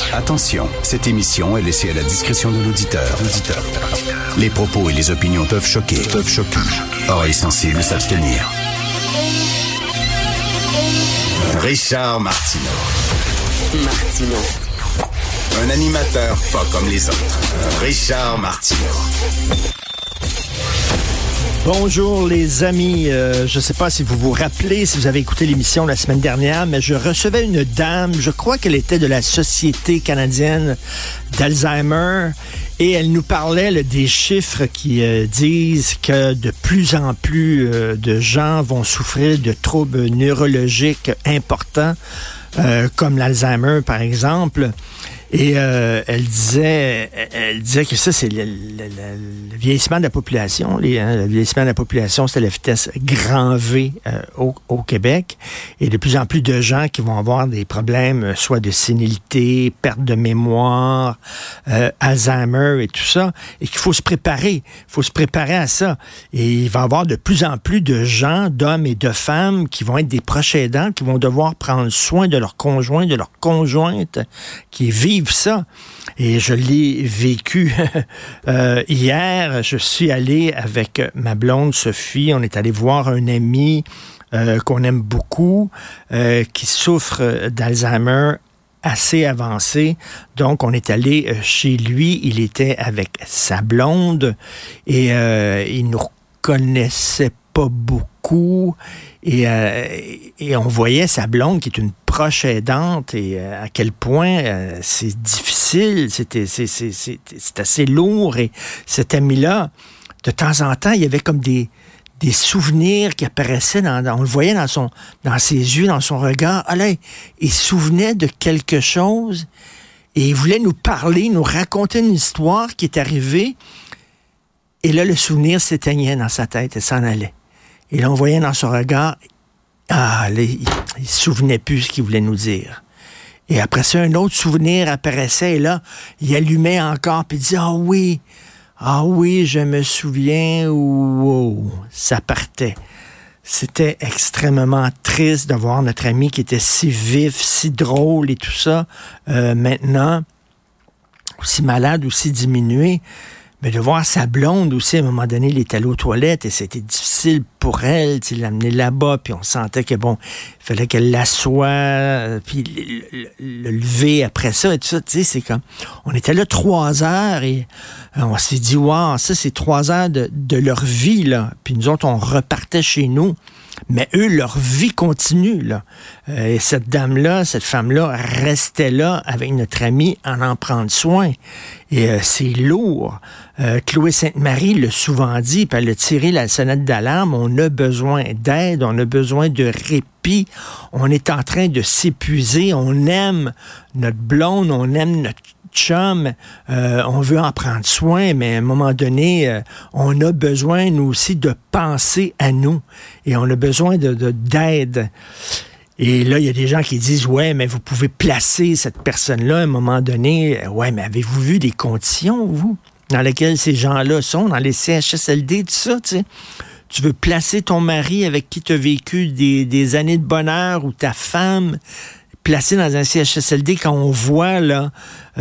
Attention, cette émission est laissée à la discrétion de l'auditeur. Les propos et les opinions peuvent choquer. Oreilles sensibles s'abstenir. Richard Martineau. Un animateur pas comme les autres. Richard Martineau. Bonjour les amis, je ne sais pas si vous vous rappelez, si vous avez écouté l'émission la semaine dernière, mais je recevais une dame, je crois qu'elle était de la Société canadienne d'Alzheimer, et elle nous parlait des chiffres qui disent que de plus en plus de gens vont souffrir de troubles neurologiques importants, comme l'Alzheimer par exemple. Et elle disait que ça, c'est le vieillissement de la population. Le vieillissement de la population, c'est la vitesse grand V au Québec. Et de plus en plus de gens qui vont avoir des problèmes, soit de sénilité, perte de mémoire, Alzheimer et tout ça. Et qu'il faut se préparer. Il faut se préparer à ça. Et il va y avoir de plus en plus de gens, d'hommes et de femmes, qui vont être des proches aidants, qui vont devoir prendre soin de leur conjoint, de leur conjointe, qui vivent ça. Et je l'ai vécu hier. Je suis allé avec ma blonde Sophie. On est allé voir un ami qu'on aime beaucoup, qui souffre d'Alzheimer assez avancé. Donc, on est allé chez lui. Il était avec sa blonde et il nous reconnaissait pas beaucoup. Et on voyait sa blonde qui est une proche aidante et à quel point c'est difficile, c'est assez lourd. Et cet ami-là, de temps en temps, il y avait comme des souvenirs qui apparaissaient, on le voyait dans ses yeux, dans son regard. Ah là, il se souvenait de quelque chose et il voulait nous parler, nous raconter une histoire qui est arrivée. Et là, le souvenir s'éteignait dans sa tête et s'en allait. Et là, on voyait dans son regard, là, il ne se souvenait plus ce qu'il voulait nous dire. Et après ça, un autre souvenir apparaissait, et là, il allumait encore, puis il disait, ah oui, je me souviens, wow, ça partait. C'était extrêmement triste de voir notre ami qui était si vif, si drôle et tout ça, maintenant, aussi malade, aussi diminué. Mais de voir sa blonde aussi, à un moment donné, il est allé aux toilettes et c'était difficile pour elle, tu sais, l'amener là-bas, puis on sentait que, bon, il fallait qu'elle l'assoie, puis le lever après ça et tout ça, tu sais, c'est comme... On était là 3 heures et on s'est dit, wow, ça, c'est 3 heures de leur vie, là. Puis nous autres, on repartait chez nous. Mais eux, leur vie continue, là. Et cette dame-là, cette femme-là, restait là avec notre ami en prendre soin. Et c'est lourd. Chloé Sainte-Marie l'a souvent dit, puis elle a tiré la sonnette d'alarme. On a besoin d'aide, on a besoin de répit. On est en train de s'épuiser. On aime notre blonde, on aime notre chum, on veut en prendre soin, mais à un moment donné, on a besoin, nous aussi, de penser à nous. Et on a besoin d'aide. Et là, il y a des gens qui disent, ouais, mais vous pouvez placer cette personne-là à un moment donné. Ouais, mais avez-vous vu des conditions, vous, dans lesquelles ces gens-là sont, dans les CHSLD, tout ça, tu sais? Tu veux placer ton mari avec qui tu as vécu des années de bonheur ou ta femme placé dans un CHSLD, quand on voit là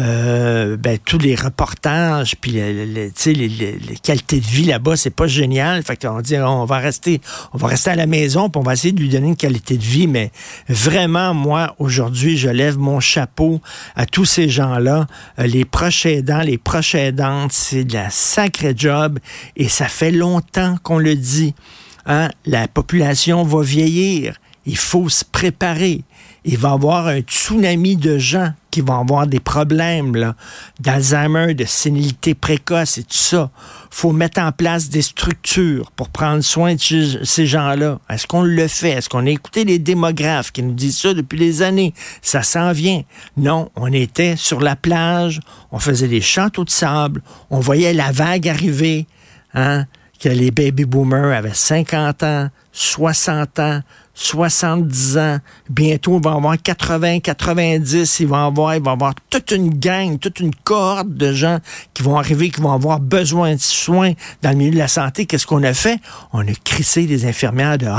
tous les reportages puis les qualités de vie là-bas, c'est pas génial. Fait qu'on dit on va rester à la maison puis on va essayer de lui donner une qualité de vie. Mais vraiment, moi, aujourd'hui, je lève mon chapeau à tous ces gens-là. Les proches aidants, les proches aidantes, c'est de la sacrée job et ça fait longtemps qu'on le dit. Hein? La population va vieillir. Il faut se préparer. Il va y avoir un tsunami de gens qui vont avoir des problèmes là, d'Alzheimer, de sénilité précoce et tout ça. Il faut mettre en place des structures pour prendre soin de ces gens-là. Est-ce qu'on le fait? Est-ce qu'on a écouté les démographes qui nous disent ça depuis des années? Ça s'en vient. Non, on était sur la plage, on faisait des châteaux de sable, on voyait la vague arriver, hein, que les baby boomers avaient 50 ans, 60 ans, 70 ans, bientôt, il va y avoir 80, 90, il va y avoir toute une gang, toute une cohorte de gens qui vont arriver, qui vont avoir besoin de soins dans le milieu de la santé. Qu'est-ce qu'on a fait? On a crissé des infirmières dehors.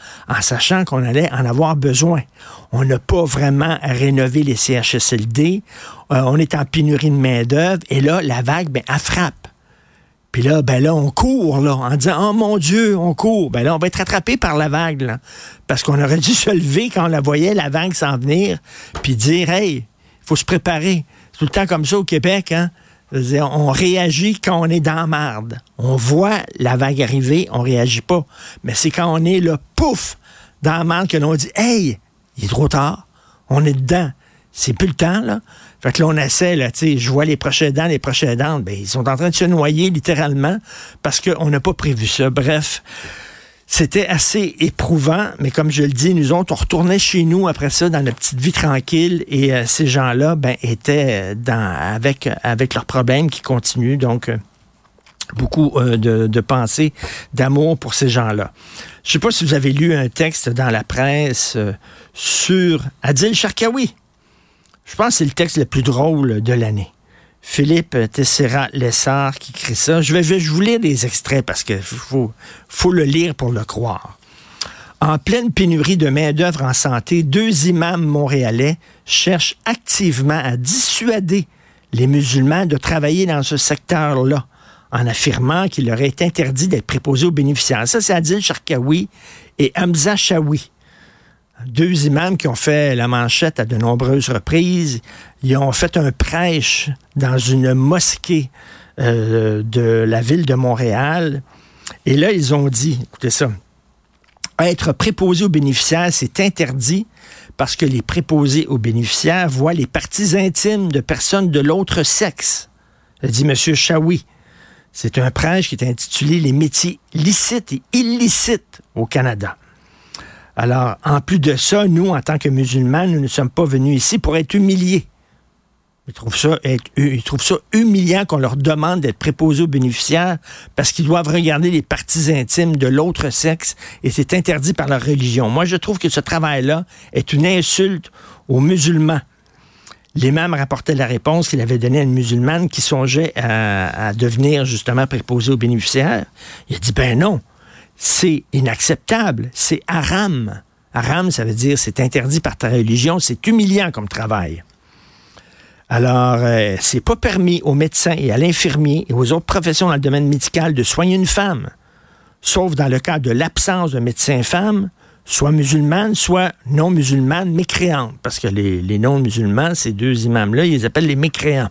en sachant qu'on allait en avoir besoin. On n'a pas vraiment rénové les CHSLD. On est en pénurie de main-d'œuvre. Et là, la vague, elle frappe. Puis là, on court, là, en disant, oh mon Dieu, on court. Là, on va être rattrapé par la vague, là. Parce qu'on aurait dû se lever quand on la voyait, la vague s'en venir, puis dire, hey, il faut se préparer. C'est tout le temps comme ça au Québec, hein. On réagit quand on est dans la marde. On voit la vague arriver, on réagit pas. Mais c'est quand on est là, pouf, dans la marde que l'on dit, hey, il est trop tard, on est dedans. C'est plus le temps, là. Fait que là, on essaie, là, tu sais, je vois les proches aidants, ils sont en train de se noyer, littéralement, parce qu'on n'a pas prévu ça. Bref, c'était assez éprouvant, mais comme je le dis, nous autres, on retournait chez nous après ça, dans notre petite vie tranquille, et ces gens-là, étaient avec leurs problèmes qui continuent, donc beaucoup de pensées, d'amour pour ces gens-là. Je sais pas si vous avez lu un texte dans la presse sur Adil Sharkawi. Je pense que c'est le texte le plus drôle de l'année. Philippe Tessera-Lessard qui écrit ça. Je vais vous lire des extraits parce qu'il faut le lire pour le croire. En pleine pénurie de main-d'œuvre en santé, 2 imams montréalais cherchent activement à dissuader les musulmans de travailler dans ce secteur-là, en affirmant qu'il leur est interdit d'être préposés aux bénéficiaires. Ça, c'est Adil Sharkawi et Hamza Shawi. 2 imams qui ont fait la manchette à de nombreuses reprises. Ils ont fait un prêche dans une mosquée de la ville de Montréal. Et là, ils ont dit, écoutez ça, être préposé aux bénéficiaires, c'est interdit parce que les préposés aux bénéficiaires voient les parties intimes de personnes de l'autre sexe. A dit M. Shawi. C'est un prêche qui est intitulé « Les métiers licites et illicites au Canada ». Alors, en plus de ça, nous, en tant que musulmans, nous ne sommes pas venus ici pour être humiliés. Ils trouvent ça humiliant qu'on leur demande d'être préposés aux bénéficiaires parce qu'ils doivent regarder les parties intimes de l'autre sexe et c'est interdit par leur religion. Moi, je trouve que ce travail-là est une insulte aux musulmans. L'imam rapportait la réponse qu'il avait donnée à une musulmane qui songeait à devenir justement préposée aux bénéficiaires. Il a dit, non. C'est inacceptable, c'est haram. Haram, ça veut dire c'est interdit par ta religion, c'est humiliant comme travail. Alors, c'est pas permis aux médecins et à l'infirmier et aux autres professions dans le domaine médical de soigner une femme, sauf dans le cas de l'absence de médecin femme, soit musulmane, soit non musulmane, mécréante, parce que les non-musulmans, ces 2 imams-là, ils les appellent les mécréants.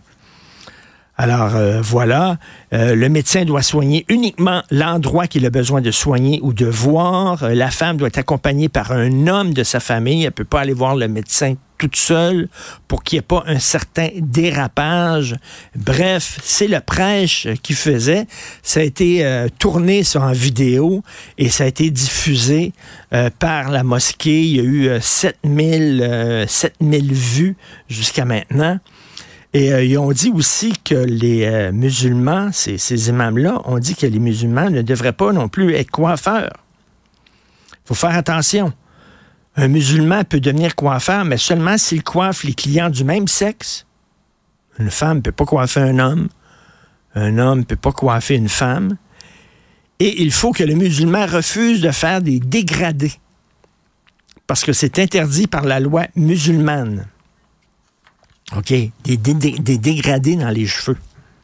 Alors, voilà, le médecin doit soigner uniquement l'endroit qu'il a besoin de soigner ou de voir. La femme doit être accompagnée par un homme de sa famille. Elle ne peut pas aller voir le médecin toute seule pour qu'il n'y ait pas un certain dérapage. Bref, c'est le prêche qu'il faisait. Ça a été tourné en vidéo et ça a été diffusé par la mosquée. Il y a eu 7000 vues jusqu'à maintenant. Et ils ont dit aussi que les musulmans, ces imams-là, ont dit que les musulmans ne devraient pas non plus être coiffeurs. Il faut faire attention. Un musulman peut devenir coiffeur, mais seulement s'il coiffe les clients du même sexe. Une femme ne peut pas coiffer un homme ne peut pas coiffer une femme. Et il faut que le musulman refuse de faire des dégradés. Parce que c'est interdit par la loi musulmane. OK, des dégradés dans les cheveux.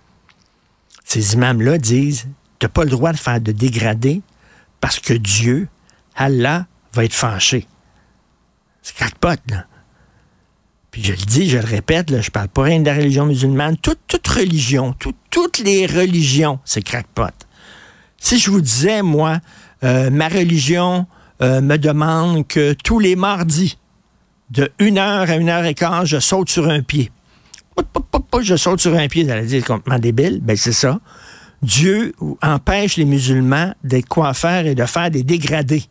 Ces imams-là disent, tu n'as pas le droit de faire de dégradés parce que Dieu, Allah, va être fâché. C'est crackpot, là. Puis je le dis, je le répète, là, je parle pas rien de la religion musulmane. Toute religion, toutes les religions, c'est crackpot. Si je vous disais, moi, ma religion me demande que tous les mardis, de 1h à 1h15, je saute sur un pied. Je saute sur un pied, vous allez dire complètement débile. Ben c'est ça. Dieu empêche les musulmans d'être coiffeurs et de faire des dégradés.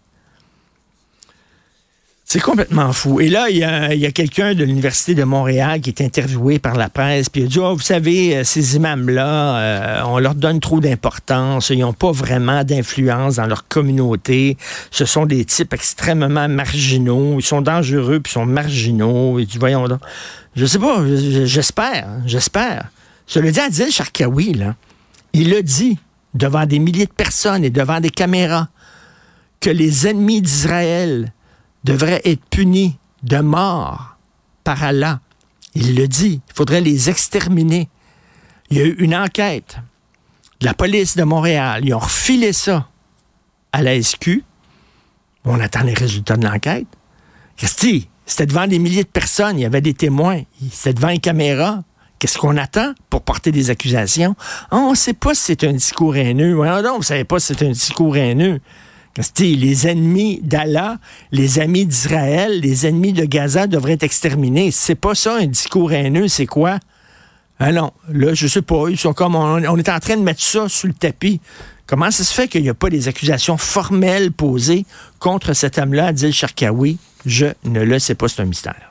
C'est complètement fou. Et là, il y a quelqu'un de l'Université de Montréal qui est interviewé par la presse, puis il a dit, vous savez, ces imams-là, on leur donne trop d'importance, ils n'ont pas vraiment d'influence dans leur communauté, ce sont des types extrêmement marginaux, ils sont dangereux, puis ils sont marginaux, et tu voyons donc. Je sais pas, j'espère. Cela dit, Adil Sharkawi, là, il a dit devant des milliers de personnes et devant des caméras que les ennemis d'Israël devraient être punis de mort par Allah. Il le dit, il faudrait les exterminer. Il y a eu une enquête de la police de Montréal. Ils ont refilé ça à la SQ. On attend les résultats de l'enquête. Christy, c'était devant des milliers de personnes. Il y avait des témoins. C'était devant une caméra. Qu'est-ce qu'on attend pour porter des accusations? On ne sait pas si c'est un discours haineux. Non, vous ne savez pas si c'est un discours haineux. Les ennemis d'Allah, les amis d'Israël, les ennemis de Gaza devraient être exterminés. C'est pas ça un discours haineux, c'est quoi? Ah non, là, je sais pas, ils sont comme on est en train de mettre ça sous le tapis. Comment ça se fait qu'il n'y a pas des accusations formelles posées contre cet homme-là, Adil Sharkawi? Je ne le sais pas, c'est un mystère.